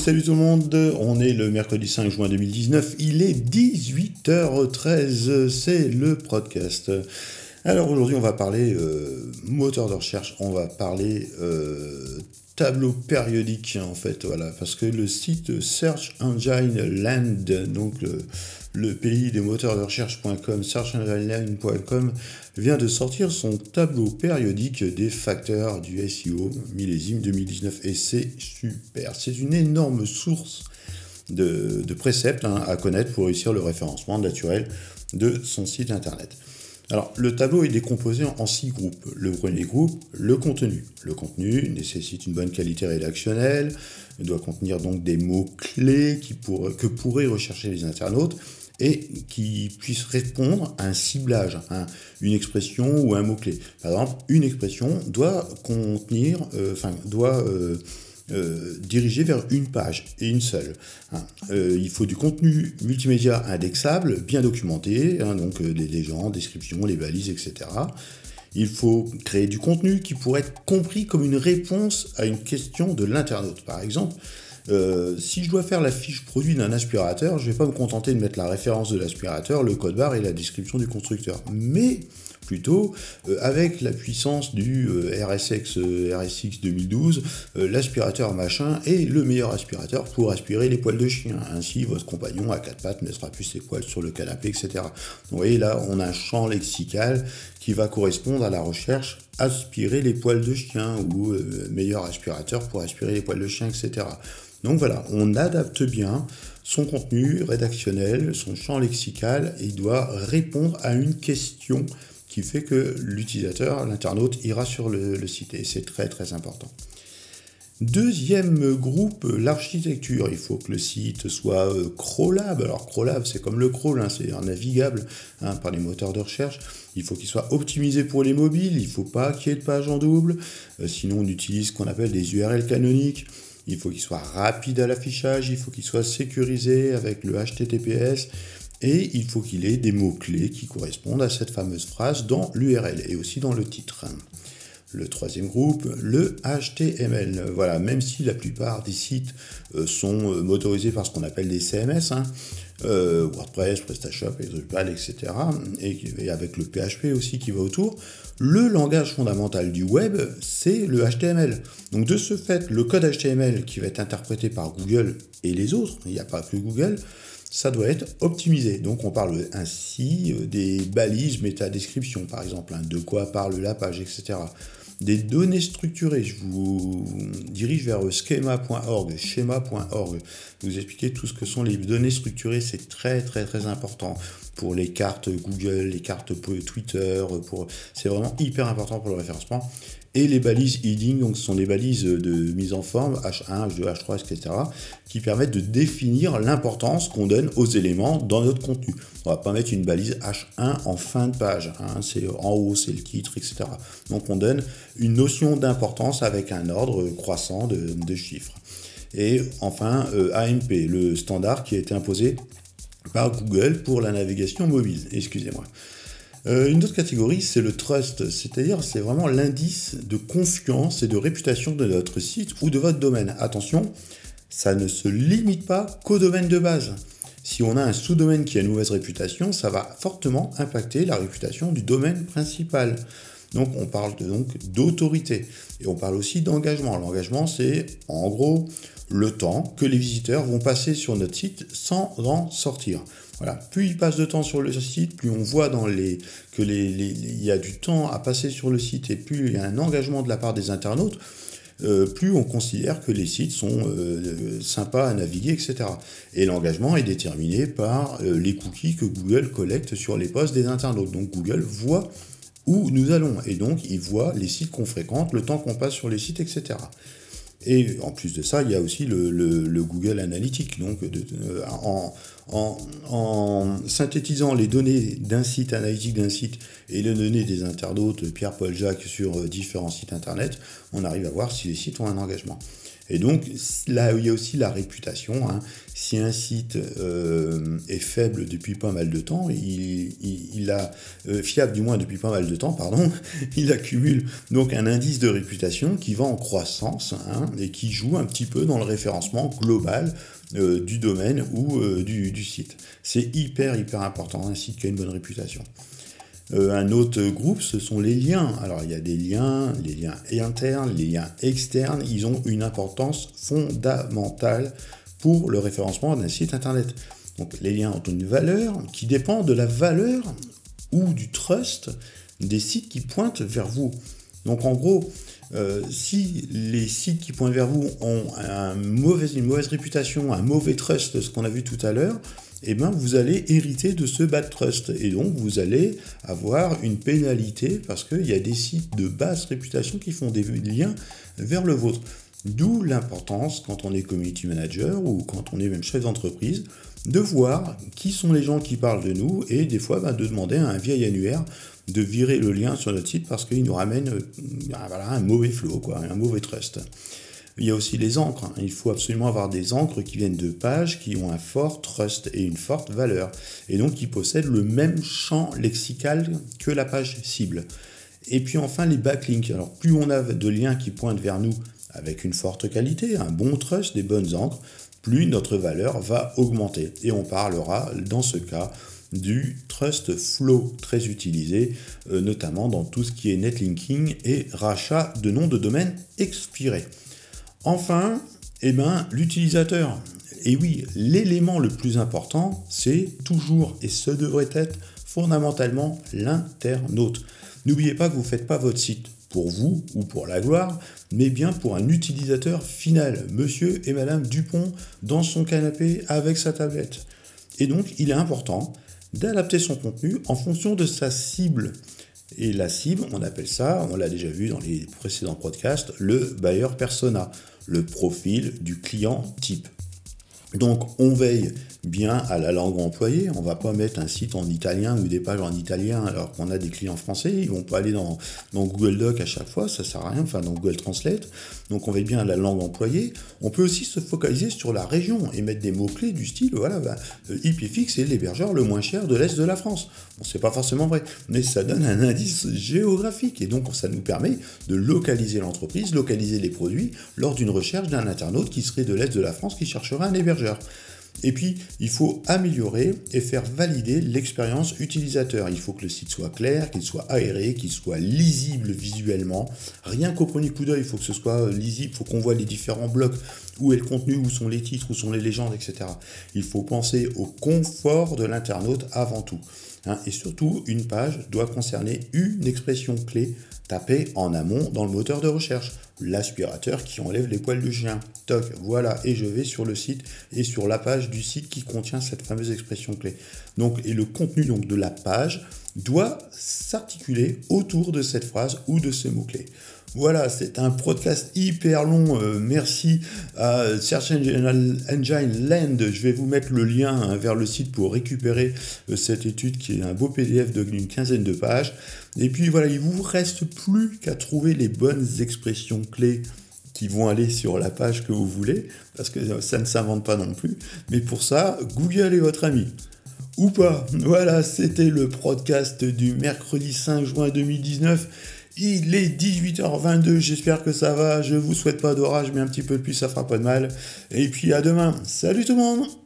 salut tout le monde, on est le mercredi 5 juin 2019, il est 18h13, c'est le podcast. Alors aujourd'hui on va parler moteur de recherche, on va parler tableau périodique en fait, voilà, parce que le site Search Engine Land, donc le pays des moteurs de recherche.com, searchengineland.com, vient de sortir son tableau périodique des facteurs du SEO millésime 2019 et c'est super, c'est une énorme source de préceptes à connaître pour réussir le référencement naturel de son site internet. Alors, le tableau est décomposé en 6 groupes. Le premier groupe, le contenu. Le contenu nécessite une bonne qualité rédactionnelle, il doit contenir donc des mots-clés que pourraient rechercher les internautes et qui puissent répondre à un ciblage, une expression ou un mot-clé. Par exemple, une expression doit diriger vers une page et une seule. Il faut du contenu multimédia indexable, bien documenté, donc les légendes, descriptions, les balises, etc. Il faut créer du contenu qui pourrait être compris comme une réponse à une question de l'internaute. Par exemple, si je dois faire la fiche produit d'un aspirateur, je ne vais pas me contenter de mettre la référence de l'aspirateur, le code barre et la description du constructeur. Mais plutôt, avec la puissance du RSX 2012, l'aspirateur machin est le meilleur aspirateur pour aspirer les poils de chien. Ainsi, votre compagnon à 4 pattes ne sera plus ses poils sur le canapé, etc. Donc, vous voyez, là, on a un champ lexical qui va correspondre à la recherche aspirer les poils de chien ou meilleur aspirateur pour aspirer les poils de chien, etc. Donc voilà, on adapte bien son contenu rédactionnel, son champ lexical, et il doit répondre à une question qui fait que l'utilisateur, l'internaute, ira sur le site. Et c'est très très important. Deuxième groupe, l'architecture. Il faut que le site soit crawlable. Alors crawlable, c'est comme le crawl, c'est navigable par les moteurs de recherche. Il faut qu'il soit optimisé pour les mobiles. Il ne faut pas qu'il y ait de page en double. Sinon, on utilise ce qu'on appelle des URL canoniques. Il faut qu'il soit rapide à l'affichage. Il faut qu'il soit sécurisé avec le HTTPS. Et il faut qu'il ait des mots-clés qui correspondent à cette fameuse phrase dans l'URL et aussi dans le titre. Le troisième groupe, le HTML. Voilà, même si la plupart des sites sont motorisés par ce qu'on appelle des CMS, WordPress, PrestaShop, Drupal, etc., et avec le PHP aussi qui va autour, le langage fondamental du web, c'est le HTML. Donc de ce fait, le code HTML qui va être interprété par Google et les autres, il n'y a pas que Google, ça doit être optimisé. Donc on parle ainsi des balises métadescription, par exemple, de quoi parle la page, etc. Des données structurées, je vous dirige vers schema.org, schéma.org. Vous expliquer tout ce que sont les données structurées, c'est très très très important pour les cartes Google, les cartes Twitter, c'est vraiment hyper important pour le référencement. Et les balises heading, donc ce sont des balises de mise en forme, H1, H2, H3, etc., qui permettent de définir l'importance qu'on donne aux éléments dans notre contenu. On ne va pas mettre une balise H1 en fin de page, c'est en haut, c'est le titre, etc. Donc on donne une notion d'importance avec un ordre croissant de chiffres. Et enfin, AMP, le standard qui a été imposé par Google pour la navigation mobile, excusez-moi. Une autre catégorie, c'est le trust, c'est-à-dire c'est vraiment l'indice de confiance et de réputation de notre site ou de votre domaine. Attention, ça ne se limite pas qu'au domaine de base. Si on a un sous-domaine qui a une mauvaise réputation, ça va fortement impacter la réputation du domaine principal. Donc on parle d'autorité et on parle aussi d'engagement. L'engagement, c'est en gros le temps que les visiteurs vont passer sur notre site sans en sortir. Voilà. Plus ils passent de temps sur le site, plus on voit il y a du temps à passer sur le site et plus il y a un engagement de la part des internautes, plus on considère que les sites sont sympas à naviguer, etc. Et l'engagement est déterminé par les cookies que Google collecte sur les posts des internautes. Donc Google voit où nous allons et donc il voit les sites qu'on fréquente, le temps qu'on passe sur les sites, etc. Et en plus de ça, il y a aussi le Google Analytics. Donc, en synthétisant les données d'un site analytique d'un site et les données des internautes Pierre, Paul, Jacques sur différents sites internet, on arrive à voir si les sites ont un engagement. Et donc, là, il y a aussi la réputation. Si un site est faible depuis pas mal de temps, fiable du moins depuis pas mal de temps, pardon, il accumule donc un indice de réputation qui va en croissance et qui joue un petit peu dans le référencement global du domaine ou du site. C'est hyper important, un site qui a une bonne réputation. Un autre groupe, ce sont les liens. Alors, il y a les liens internes, les liens externes. Ils ont une importance fondamentale pour le référencement d'un site internet. Donc, les liens ont une valeur qui dépend de la valeur ou du trust des sites qui pointent vers vous. Donc, en gros, si les sites qui pointent vers vous ont une mauvaise réputation, un mauvais trust, ce qu'on a vu tout à l'heure, eh bien, vous allez hériter de ce bad trust. Et donc, vous allez avoir une pénalité parce qu'il y a des sites de basse réputation qui font des liens vers le vôtre. D'où l'importance, quand on est community manager ou quand on est même chef d'entreprise, de voir qui sont les gens qui parlent de nous et des fois de demander à un vieil annuaire de virer le lien sur notre site parce qu'il nous ramène un mauvais flow, un mauvais trust. Il y a aussi les encres. Il faut absolument avoir des encres qui viennent de pages qui ont un fort trust et une forte valeur. Et donc qui possèdent le même champ lexical que la page cible. Et puis enfin les backlinks. Alors plus on a de liens qui pointent vers nous avec une forte qualité, un bon trust, des bonnes encres, plus notre valeur va augmenter. Et on parlera dans ce cas du trust flow très utilisé, notamment dans tout ce qui est netlinking et rachat de noms de domaine expirés. Enfin, l'utilisateur. Et oui, l'élément le plus important, c'est toujours, et ce devrait être fondamentalement, l'internaute. N'oubliez pas que vous ne faites pas votre site pour vous ou pour la gloire, mais bien pour un utilisateur final, monsieur et madame Dupont, dans son canapé avec sa tablette. Et donc, il est important d'adapter son contenu en fonction de sa cible. Et la cible, on appelle ça, on l'a déjà vu dans les précédents podcasts, le buyer persona, le profil du client type. Donc on veille bien à la langue employée, on ne va pas mettre un site en italien ou des pages en italien alors qu'on a des clients français, ils ne vont pas aller dans Google Doc à chaque fois, ça ne sert à rien, dans Google Translate. Donc on veille bien à la langue employée. On peut aussi se focaliser sur la région et mettre des mots-clés du style, IPFix est l'hébergeur le moins cher de l'Est de la France. Bon, c'est pas forcément vrai, mais ça donne un indice géographique et donc ça nous permet de localiser l'entreprise, localiser les produits lors d'une recherche d'un internaute qui serait de l'Est de la France qui chercherait un hébergeur. Et puis, il faut améliorer et faire valider l'expérience utilisateur. Il faut que le site soit clair, qu'il soit aéré, qu'il soit lisible visuellement. Rien qu'au premier coup d'œil, il faut que ce soit lisible, il faut qu'on voit les différents blocs, où est le contenu, où sont les titres, où sont les légendes, etc. Il faut penser au confort de l'internaute avant tout. Et surtout, une page doit concerner une expression clé tapée en amont dans le moteur de recherche. L'aspirateur qui enlève les poils du chien. Toc, voilà, et je vais sur le site et sur la page du site qui contient cette fameuse expression clé. Et le contenu de la page doit s'articuler autour de cette phrase ou de ce mot-clé. Voilà, c'est un podcast hyper long. Merci à Search Engine Land. Je vais vous mettre le lien vers le site pour récupérer cette étude qui est un beau PDF d'une 15aine de pages. Et puis voilà, il ne vous reste plus qu'à trouver les bonnes expressions clés qui vont aller sur la page que vous voulez, parce que ça ne s'invente pas non plus. Mais pour ça, Google est votre ami. Ou pas. Voilà, c'était le podcast du mercredi 5 juin 2019. Il est 18h22, j'espère que ça va. Je vous souhaite pas d'orage, mais un petit peu de pluie, ça fera pas de mal. Et puis à demain. Salut tout le monde!